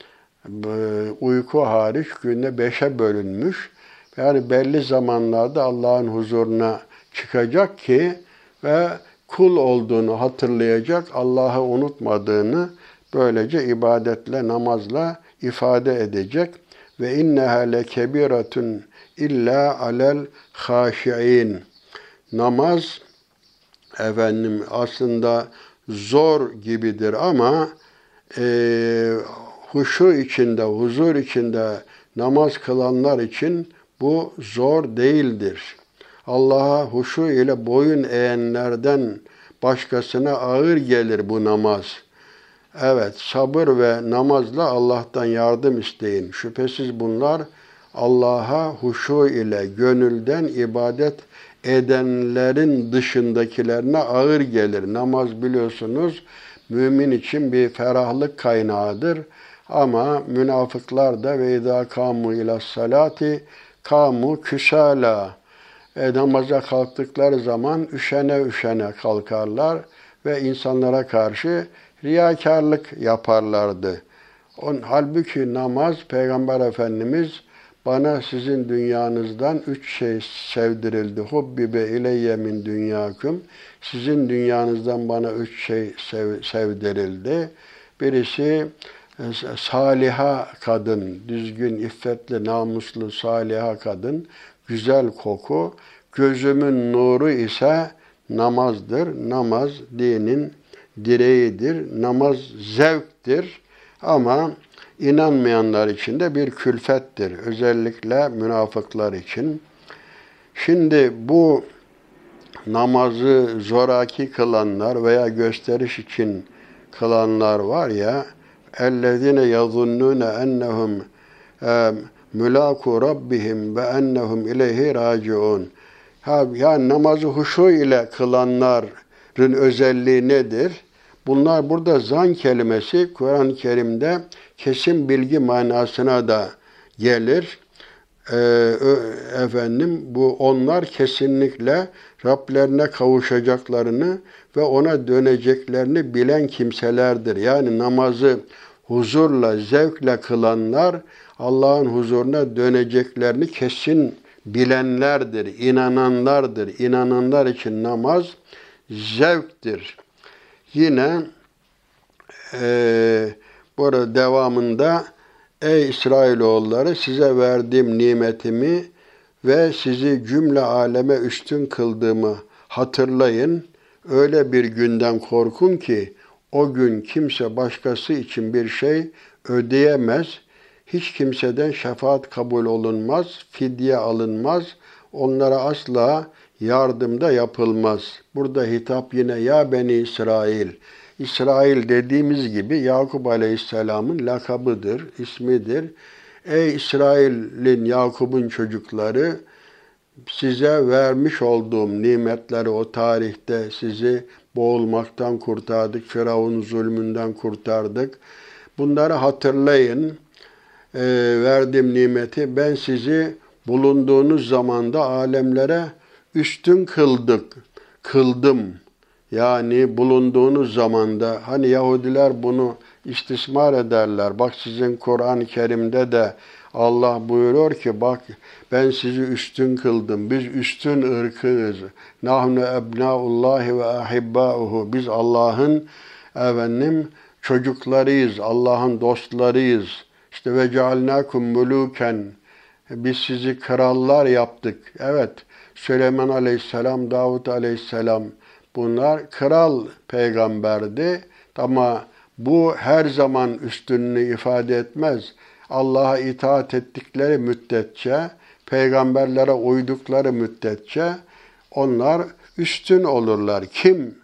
Uyku hariç günde 5'e bölünmüş. Yani belli zamanlarda Allah'ın huzuruna çıkacak ki ve kul olduğunu hatırlayacak, Allah'ı unutmadığını böylece ibadetle, namazla ifade edecek. Ve inneha lekebiratun illa alel haşiin. Namaz aslında zor gibidir ama huşu içinde, huzur içinde namaz kılanlar için bu zor değildir. Allah'a huşu ile boyun eğenlerden başkasına ağır gelir bu namaz. Evet, sabır ve namazla Allah'tan yardım isteyin. Şüphesiz bunlar Allah'a huşu ile gönülden ibadet edenlerin dışındakilerine ağır gelir. Namaz biliyorsunuz mümin için bir ferahlık kaynağıdır. Ama münafıklar da ve izâ kâmû ilâs salâti kâmû küsâlâ. Namaza kalktıkları zaman üşene üşene kalkarlar ve insanlara karşı riyakarlık yaparlardı. Halbuki namaz, Peygamber Efendimiz bana sizin dünyanızdan 3 şey sevdirildi. Hubbibe ileyye min dünyaküm. Sizin dünyanızdan bana 3 şey sevdirildi. Birisi saliha kadın, düzgün, iffetli, namuslu, saliha kadın, güzel koku. Gözümün nuru ise namazdır. Namaz dinin direğidir. Namaz zevktir. Ama inanmayanlar için de bir külfettir. Özellikle münafıklar için. Şimdi bu namazı zoraki kılanlar veya gösteriş için kılanlar var ya, اَلَّذِينَ يَظُنُّونَ اَنَّهُمْ مُلَاقُوا رَبِّهِمْ وَاَنَّهُمْ اِلَيْهِ رَاجِعُونَ. Yani namazı huşu ile kılanların özelliği nedir? Bunlar burada zan kelimesi Kur'an-ı Kerim'de kesin bilgi manasına da gelir. Bu onlar kesinlikle Rablerine kavuşacaklarını ve ona döneceklerini bilen kimselerdir. Yani namazı huzurla, zevkle kılanlar Allah'ın huzuruna döneceklerini kesin bilenlerdir, inananlardır. İnananlar için namaz zevktir. Yine burada devamında ey İsrailoğulları size verdiğim nimetimi ve sizi cümle aleme üstün kıldığımı hatırlayın. Öyle bir günden korkun ki o gün kimse başkası için bir şey ödeyemez. Hiç kimseden şefaat kabul olunmaz, fidye alınmaz. Onlara asla yardımda yapılmaz. Burada hitap yine ya Beni İsrail. İsrail dediğimiz gibi Yakup Aleyhisselam'ın lakabıdır, ismidir. Ey İsrail'in, Yakup'un çocukları, size vermiş olduğum nimetleri o tarihte sizi boğulmaktan kurtardık, Firavun zulmünden kurtardık. Bunları hatırlayın. Verdiğim nimeti ben sizi bulunduğunuz zamanda alemlere üstün kıldım. Yani bulunduğunuz zamanda hani Yahudiler bunu istismar ederler. Bak sizin Kur'an-ı Kerim'de de Allah buyuruyor ki bak ben sizi üstün kıldım. Biz üstün ırkıyız. Nahnu ebnaullahi ve ahibbauhu. Biz Allah'ın çocuklarıyız. Allah'ın dostlarıyız. İşte ve cealnakum muluken. Biz sizi krallar yaptık. Evet. Süleyman Aleyhisselam, Davud Aleyhisselam bunlar kral peygamberdi ama bu her zaman üstünlüğü ifade etmez. Allah'a itaat ettikleri müddetçe, peygamberlere uydukları müddetçe onlar üstün olurlar. Kim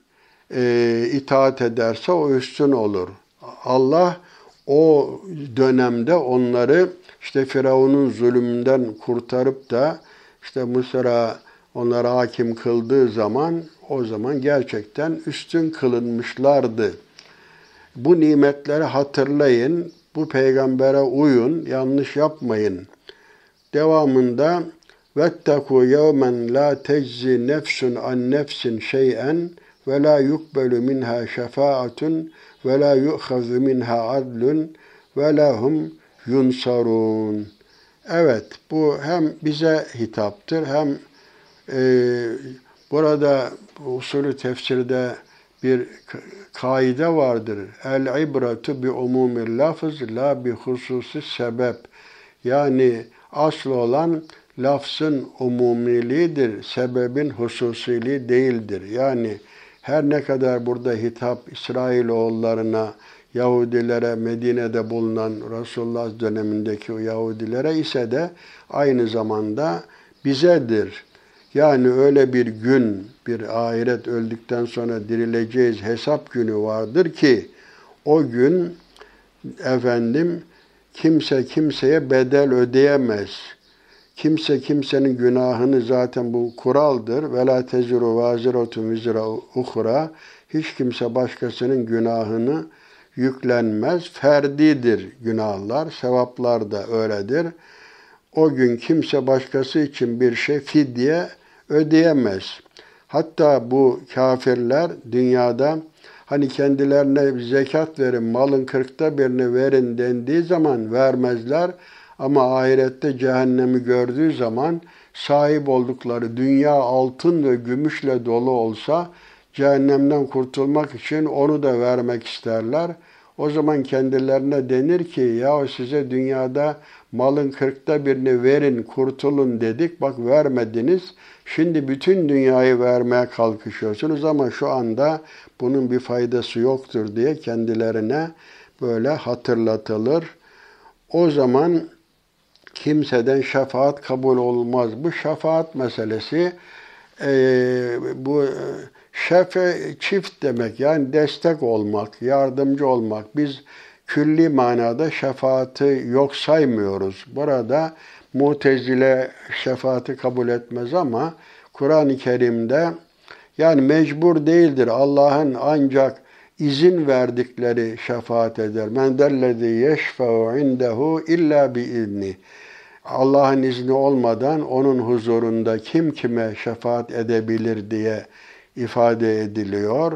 itaat ederse o üstün olur. Allah o dönemde onları işte Firavun'un zulmünden kurtarıp da işte Mısır'a onlara hakim kıldığı zaman o zaman gerçekten üstün kılınmışlardı. Bu nimetleri hatırlayın, bu peygambere uyun, yanlış yapmayın. Devamında وَاتَّقُوا يَوْمًا لَا تَجْزِ نَفْسٌ عَنْ نَفْسٍ شَيْئًا وَلَا يُقْبَلُ مِنْهَا شَفَاعَةٌ وَلَا يُؤْخَذُ مِنْهَا عَدْلٌ وَلَا هُمْ يُنْصَرُونَ. Evet, bu hem bize hitaptır, hem burada usulü tefsirde bir kaide vardır. El-ibretu bi umumil lafız la bi hususi sebep. Yani asıl olan lafzın umumiliğidir, sebebin hususiliği değildir. Yani her ne kadar burada hitap İsrailoğullarına Yahudilere, Medine'de bulunan Resulullah dönemindeki o Yahudilere ise de aynı zamanda bizedir. Yani öyle bir gün, bir ahiret öldükten sonra dirileceğiz hesap günü vardır ki o gün kimse kimseye bedel ödeyemez. Kimse kimsenin günahını zaten bu kuraldır. Ve la teziru vaziratun vizra uhra. Hiç kimse başkasının günahını yüklenmez. Ferdidir günahlar, sevaplar da öyledir. O gün kimse başkası için bir şey fidye ödeyemez. Hatta bu kafirler dünyada hani kendilerine zekat verin, malın 1/40'ını verin dendiği zaman vermezler. Ama ahirette cehennemi gördüğü zaman sahip oldukları dünya altın ve gümüşle dolu olsa cehennemden kurtulmak için onu da vermek isterler. O zaman kendilerine denir ki ya size dünyada malın 1/40'ını verin kurtulun dedik bak vermediniz. Şimdi bütün dünyayı vermeye kalkışıyorsunuz ama şu anda bunun bir faydası yoktur diye kendilerine böyle hatırlatılır. O zaman kimseden şefaat kabul olmaz. Bu şefaat meselesi bu çift demek yani destek olmak, yardımcı olmak. Biz külli manada şefaati yok saymıyoruz. Burada Mu'tezile şefaati kabul etmez ama Kur'an-ı Kerim'de yani mecbur değildir. Allah'ın ancak izin verdikleri şefaat eder. Men dellezî yeşfe'u indehu illa biizni. Allah'ın izni olmadan onun huzurunda kim kime şefaat edebilir diye ifade ediliyor.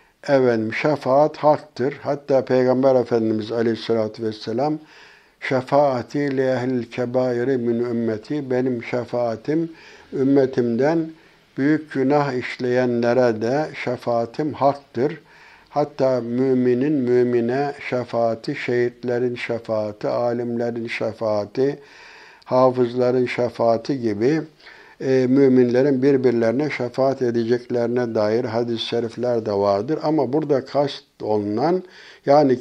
Şefaat haktır. Hatta Peygamber Efendimiz Aleyhisselatü Vesselam şefaati li ehlil kebairi min ümmeti benim şefaatim ümmetimden büyük günah işleyenlere de şefaatim haktır. Hatta müminin mümine şefaati, şehitlerin şefaati, alimlerin şefaati, hafızların şefaati gibi müminlerin birbirlerine şefaat edeceklerine dair hadis-i şerifler de vardır. Ama burada kast olunan yani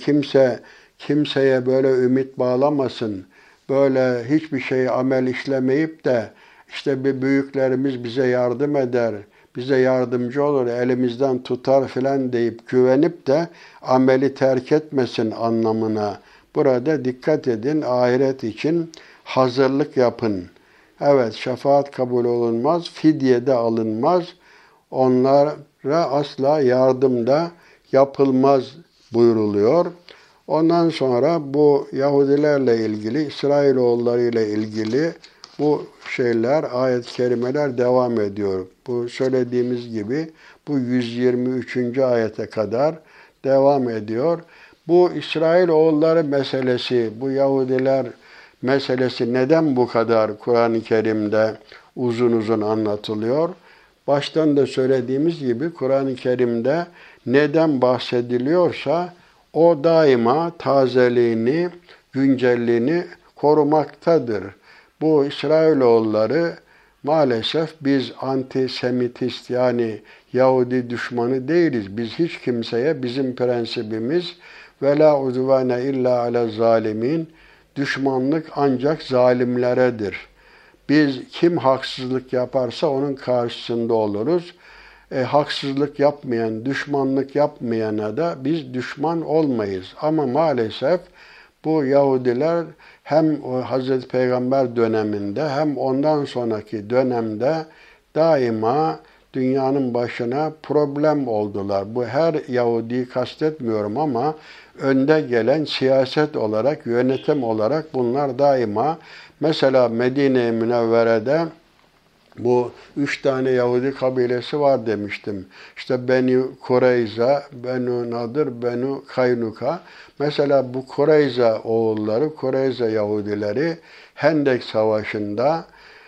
kimseye böyle ümit bağlamasın, böyle hiçbir şey amel işlemeyip de işte bir büyüklerimiz bize yardım eder, bize yardımcı olur, elimizden tutar filan deyip güvenip de ameli terk etmesin anlamına. Burada dikkat edin, ahiret için hazırlık yapın. Evet, şefaat kabul olunmaz, fidye de alınmaz. Onlara asla yardım da yapılmaz buyuruluyor. Ondan sonra bu Yahudilerle ilgili, İsrailoğulları ile ilgili bu ayet-i kerimeler devam ediyor. Bu söylediğimiz gibi bu 123. ayete kadar devam ediyor. Bu İsrailoğulları meselesi, bu Yahudiler meselesi neden bu kadar Kur'an-ı Kerim'de uzun uzun anlatılıyor? Baştan da söylediğimiz gibi Kur'an-ı Kerim'de neden bahsediliyorsa o daima tazeliğini, güncelliğini korumaktadır. Bu İsrailoğulları maalesef biz antisemitist yani Yahudi düşmanı değiliz. Biz hiç kimseye bizim prensibimiz ve la udvane illa ala zalimin düşmanlık ancak zalimleredir. Biz kim haksızlık yaparsa onun karşısında oluruz. Haksızlık yapmayan, düşmanlık yapmayana da biz düşman olmayız. Ama maalesef bu Yahudiler hem Hazreti Peygamber döneminde hem ondan sonraki dönemde daima dünyanın başına problem oldular. Bu her Yahudi'yi kastetmiyorum ama önde gelen siyaset olarak, yönetim olarak bunlar daima mesela Medine-i Münevvere'de bu 3 tane Yahudi kabilesi var demiştim. İşte Beni Kureyza, Benu Nadir, Benu Kaynuka. Mesela bu Kureyza oğulları, Kureyza Yahudileri Hendek Savaşı'nda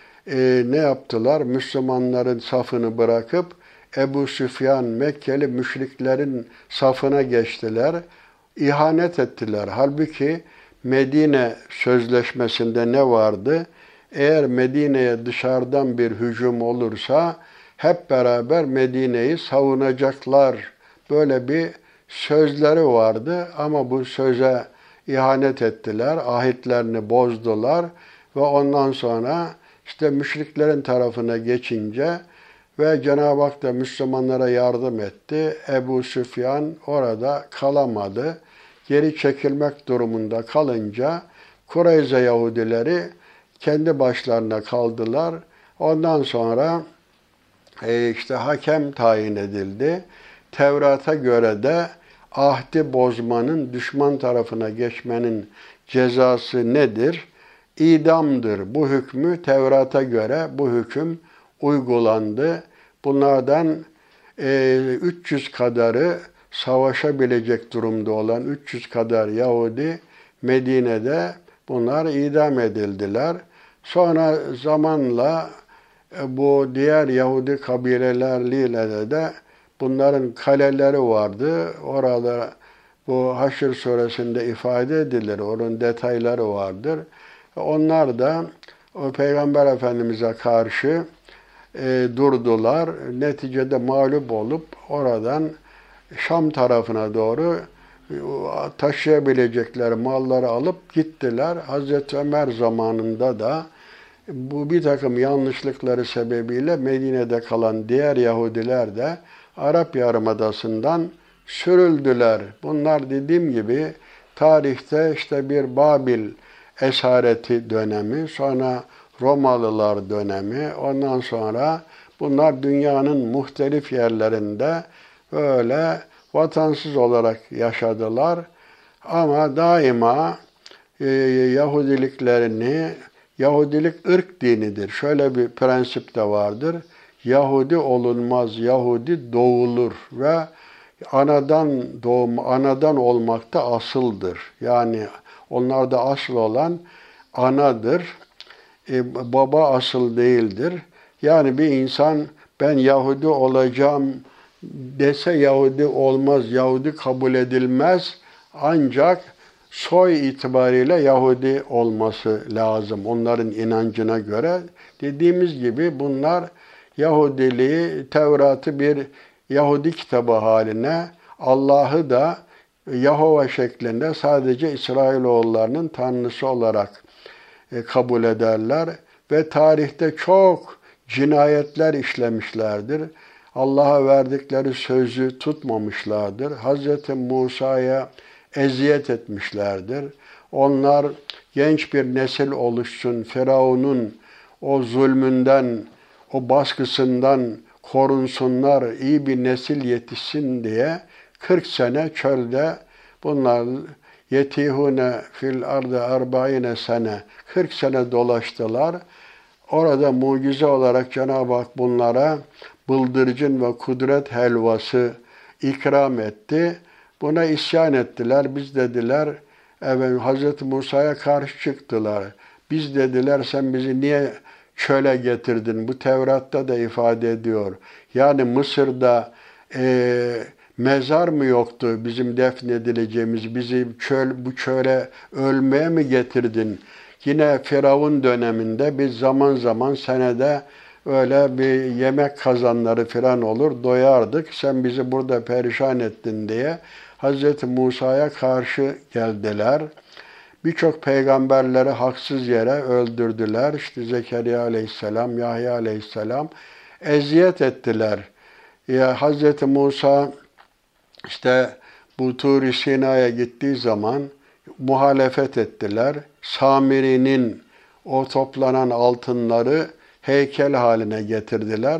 ne yaptılar? Müslümanların safını bırakıp Ebu Süfyan, Mekkeli müşriklerin safına geçtiler. İhanet ettiler. Halbuki Medine Sözleşmesi'nde ne vardı? Eğer Medine'ye dışarıdan bir hücum olursa hep beraber Medine'yi savunacaklar. Böyle bir sözleri vardı ama bu söze ihanet ettiler, ahitlerini bozdular ve ondan sonra işte müşriklerin tarafına geçince ve Cenab-ı Hak da Müslümanlara yardım etti. Ebu Süfyan orada kalamadı. Geri çekilmek durumunda kalınca Kureyze Yahudileri kendi başlarına kaldılar. Ondan sonra işte hakem tayin edildi. Tevrat'a göre de ahdi bozmanın, düşman tarafına geçmenin cezası nedir? İdamdır. Bu hükmü Tevrat'a göre bu hüküm uygulandı. Bunlardan 300 kadarı savaşabilecek durumda olan 300 kadar Yahudi Medine'de bunlar idam edildiler. Sonra zamanla bu diğer Yahudi kabileleriyle de bunların kaleleri vardı. Orada bu Haşr suresinde ifade edilir. Onun detayları vardır. Onlar da o Peygamber Efendimiz'e karşı durdular. Neticede mağlup olup oradan Şam tarafına doğru taşıyabilecekleri malları alıp gittiler. Hazreti Ömer zamanında da bu bir takım yanlışlıkları sebebiyle Medine'de kalan diğer Yahudiler de Arap Yarımadası'ndan sürüldüler. Bunlar dediğim gibi tarihte işte bir Babil esareti dönemi, sonra Romalılar dönemi, ondan sonra bunlar dünyanın muhtelif yerlerinde böyle vatansız olarak yaşadılar. Ama daima Yahudilik ırk dinidir. Şöyle bir prensip de vardır. Yahudi olunmaz, Yahudi doğulur ve anadan olmak da asıldır. Yani onlarda asıl olan anadır. Baba asıl değildir. Yani bir insan ben Yahudi olacağım dese Yahudi olmaz, Yahudi kabul edilmez. Ancak soy itibariyle Yahudi olması lazım onların inancına göre. Dediğimiz gibi bunlar Yahudiliği, Tevrat'ı bir Yahudi kitabı haline, Allah'ı da Yahova şeklinde sadece İsrailoğullarının tanrısı olarak kabul ederler ve tarihte çok cinayetler işlemişlerdir. Allah'a verdikleri sözü tutmamışlardır. Hz. Musa'ya eziyet etmişlerdir. Onlar genç bir nesil oluşsun, Firavun'un o zulmünden, o baskısından korunsunlar, iyi bir nesil yetişsin diye 40 sene çölde bunlar yetihune fil ardı arba'ine sene 40 sene dolaştılar. Orada mucize olarak Cenab-ı Hak bunlara bıldırcın ve kudret helvası ikram etti. Buna isyan ettiler. Biz dediler, evet, Hz. Musa'ya karşı çıktılar. Biz dediler, sen bizi niye çöle getirdin? Bu Tevrat'ta da ifade ediyor. Yani Mısır'da mezar mı yoktu bizim defnedileceğimiz? Bizi bu çöle ölmeye mi getirdin? Yine Firavun döneminde biz zaman zaman senede öyle bir yemek kazanları falan olur, doyardık. Sen bizi burada perişan ettin diye Hz. Musa'ya karşı geldiler. Birçok peygamberleri haksız yere öldürdüler. İşte Zekeriya aleyhisselam, Yahya aleyhisselam eziyet ettiler. Ya Hz. Musa işte bu Tur-i Sina'ya gittiği zaman muhalefet ettiler. Samiri'nin o toplanan altınları heykel haline getirdiler.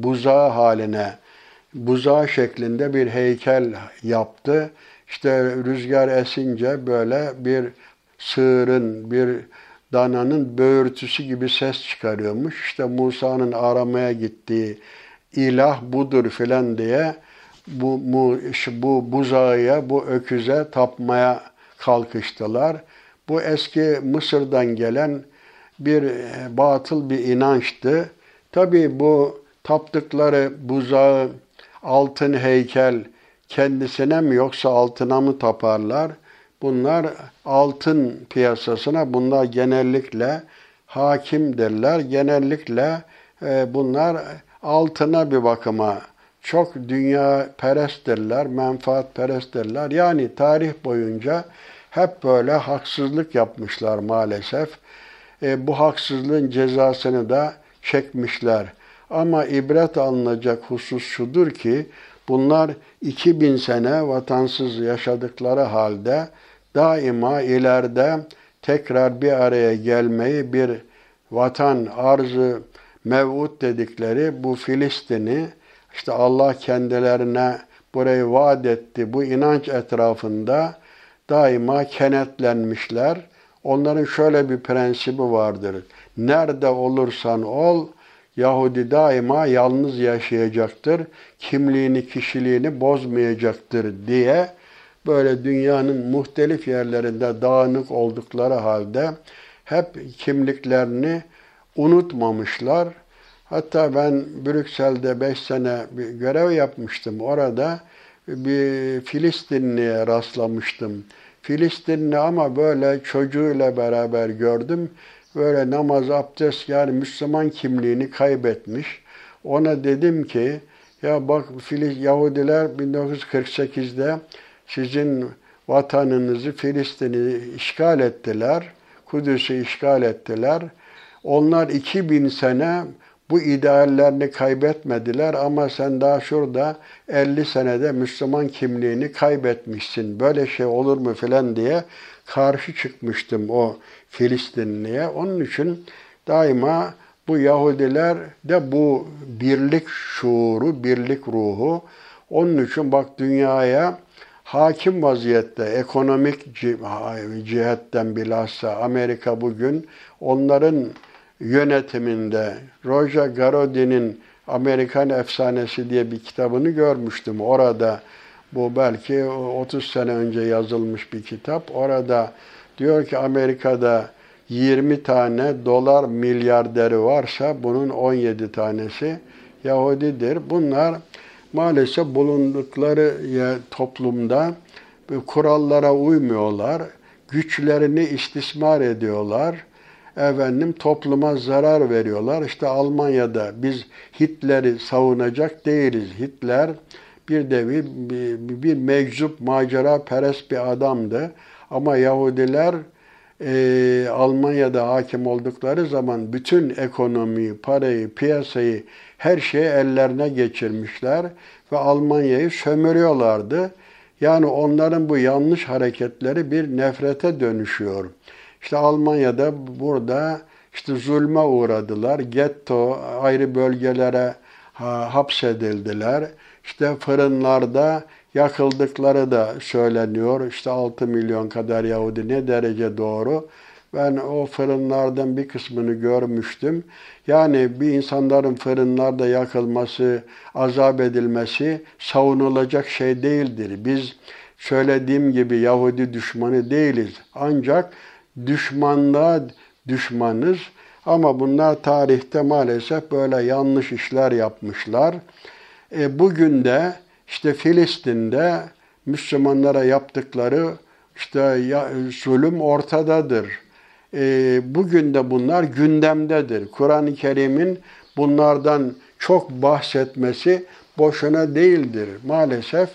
Buzağı şeklinde bir heykel yaptı. İşte rüzgar esince böyle bir sığırın, bir dananın böğürtüsü gibi ses çıkarıyormuş. İşte Musa'nın aramaya gittiği ilah budur filan diye bu buzağa, bu öküze tapmaya kalkıştılar. Bu eski Mısır'dan gelen bir batıl bir inançtı. Tabii bu taptıkları buzağı, altın heykel kendisine mi yoksa altına mı taparlar? Bunlar altın piyasasına bunlar genellikle hakimdirler. Genellikle bunlar altına bir bakıma çok dünya peresttirler, menfaat peresttirler. Yani tarih boyunca hep böyle haksızlık yapmışlar maalesef. Bu haksızlığın cezasını da çekmişler. Ama ibret alınacak husus şudur ki, bunlar 2000 sene vatansız yaşadıkları halde daima ileride tekrar bir araya gelmeyi, bir vatan arzı mev'ud dedikleri bu Filistin'i, işte Allah kendilerine burayı vaat etti. Bu inanç etrafında daima kenetlenmişler. Onların şöyle bir prensibi vardır. Nerede olursan ol, Yahudi daima yalnız yaşayacaktır. Kimliğini, kişiliğini bozmayacaktır diye böyle dünyanın muhtelif yerlerinde dağınık oldukları halde hep kimliklerini unutmamışlar. Hatta ben Brüksel'de 5 sene bir görev yapmıştım. Orada bir Filistinli'ye rastlamıştım. Filistinli ama böyle çocuğuyla beraber gördüm. Böyle namaz, abdest, yani Müslüman kimliğini kaybetmiş. Ona dedim ki, ya bak Yahudiler 1948'de sizin vatanınızı, Filistin'i işgal ettiler. Kudüs'ü işgal ettiler. Onlar 2000 sene bu ideallerini kaybetmediler ama sen daha şurada 50 senede Müslüman kimliğini kaybetmişsin. Böyle şey olur mu filan diye karşı çıkmıştım o Filistinliye. Onun için daima bu Yahudiler de bu birlik şuuru, birlik ruhu. Onun için bak dünyaya hakim vaziyette, ekonomik cihetten bilhassa Amerika bugün onların yönetiminde. Roger Garaudy'nin Amerikan Efsanesi diye bir kitabını görmüştüm. Orada bu belki 30 sene önce yazılmış bir kitap. Orada diyor ki Amerika'da 20 tane dolar milyarderi varsa bunun 17 tanesi Yahudidir. Bunlar maalesef bulundukları toplumda kurallara uymuyorlar. Güçlerini istismar ediyorlar. Topluma zarar veriyorlar. İşte Almanya'da biz Hitler'i savunacak değiliz. Hitler bir meczup, macera perest bir adamdı. Ama Yahudiler Almanya'da hakim oldukları zaman bütün ekonomiyi, parayı, piyasayı, her şeyi ellerine geçirmişler ve Almanya'yı sömürüyorlardı. Yani onların bu yanlış hareketleri bir nefrete dönüşüyor. İşte Almanya'da burada işte zulme uğradılar. Getto, ayrı bölgelere hapsedildiler. İşte fırınlarda yakıldıkları da söyleniyor. İşte 6 milyon kadar Yahudi, ne derece doğru? Ben o fırınlardan bir kısmını görmüştüm. Yani bir insanların fırınlarda yakılması, azap edilmesi savunulacak şey değildir. Biz söylediğim gibi Yahudi düşmanı değiliz. Ancak düşmanlığa düşmanız. Ama bunlar tarihte maalesef böyle yanlış işler yapmışlar. Bugün de işte Filistin'de Müslümanlara yaptıkları işte zulüm ortadadır. Bugün de bunlar gündemdedir. Kur'an-ı Kerim'in bunlardan çok bahsetmesi boşuna değildir. Maalesef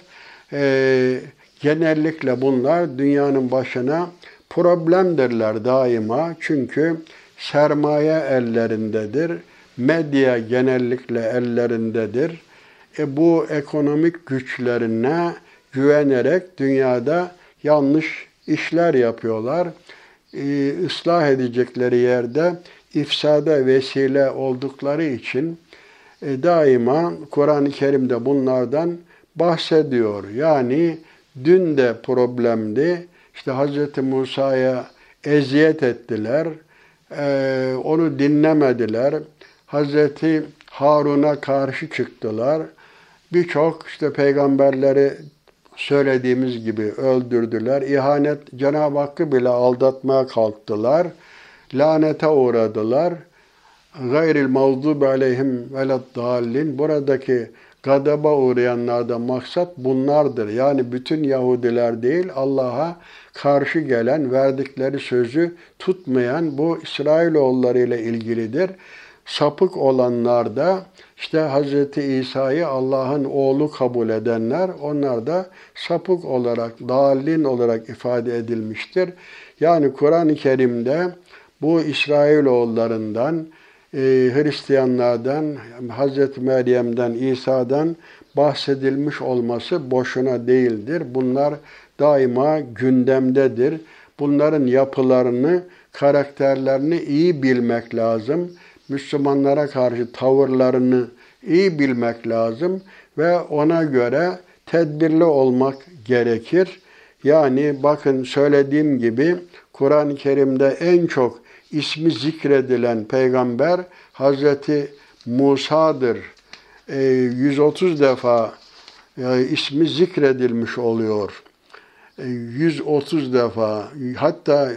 genellikle bunlar dünyanın başına problemdirler daima. Çünkü sermaye ellerindedir. Medya genellikle ellerindedir. Bu ekonomik güçlerine güvenerek dünyada yanlış işler yapıyorlar. Islah edecekleri yerde ifsada vesile oldukları için daima Kur'an-ı Kerim'de bunlardan bahsediyor. Yani dün de problemdi. İşte Hz. Musa'ya eziyet ettiler. Onu dinlemediler. Hz. Harun'a karşı çıktılar. Birçok işte peygamberleri söylediğimiz gibi öldürdüler. İhanet, Cenab-ı Hakk'ı bile aldatmaya kalktılar. Lanete uğradılar. Gayril mağdubi aleyhim veleddallin. Buradaki gadaba uğrayanlardan maksat bunlardır. Yani bütün Yahudiler değil, Allah'a karşı gelen, verdikleri sözü tutmayan bu İsrailoğulları ile ilgilidir. sapık olanlar da işte Hz. İsa'yı Allah'ın oğlu kabul edenler, onlar da sapık olarak, dâllin olarak ifade edilmiştir. Yani Kur'an-ı Kerim'de bu İsrailoğullarından, Hristiyanlardan, Hz. Meryem'den, İsa'dan bahsedilmiş olması boşuna değildir. Bunlar daima gündemdedir. Bunların yapılarını, karakterlerini iyi bilmek lazım. Müslümanlara karşı tavırlarını iyi bilmek lazım ve ona göre tedbirli olmak gerekir. Yani bakın söylediğim gibi Kur'an-ı Kerim'de en çok ismi zikredilen peygamber Hazreti Musa'dır. 130 defa ismi zikredilmiş oluyor. 130 defa, hatta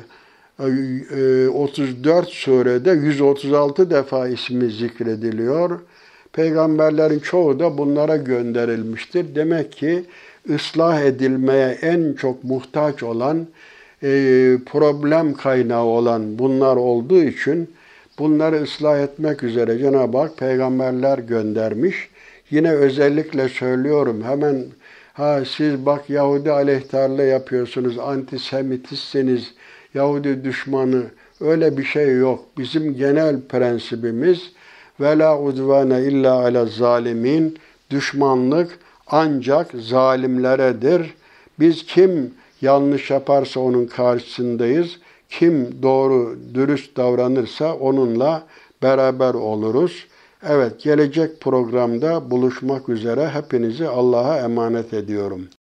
34 surede 136 defa ismi zikrediliyor. Peygamberlerin çoğu da bunlara gönderilmiştir. Demek ki ıslah edilmeye en çok muhtaç olan, problem kaynağı olan bunlar olduğu için bunları ıslah etmek üzere Cenab-ı Hak peygamberler göndermiş. Yine özellikle söylüyorum, hemen siz bak Yahudi aleyhtarlığı yapıyorsunuz, antisemitizsiniz, Yahudi düşmanı, öyle bir şey yok. Bizim genel prensibimiz ve la udvane illa ala zalimin, düşmanlık ancak zalimleredir. Biz kim yanlış yaparsa onun karşısındayız. Kim doğru, dürüst davranırsa onunla beraber oluruz. Evet, gelecek programda buluşmak üzere hepinizi Allah'a emanet ediyorum.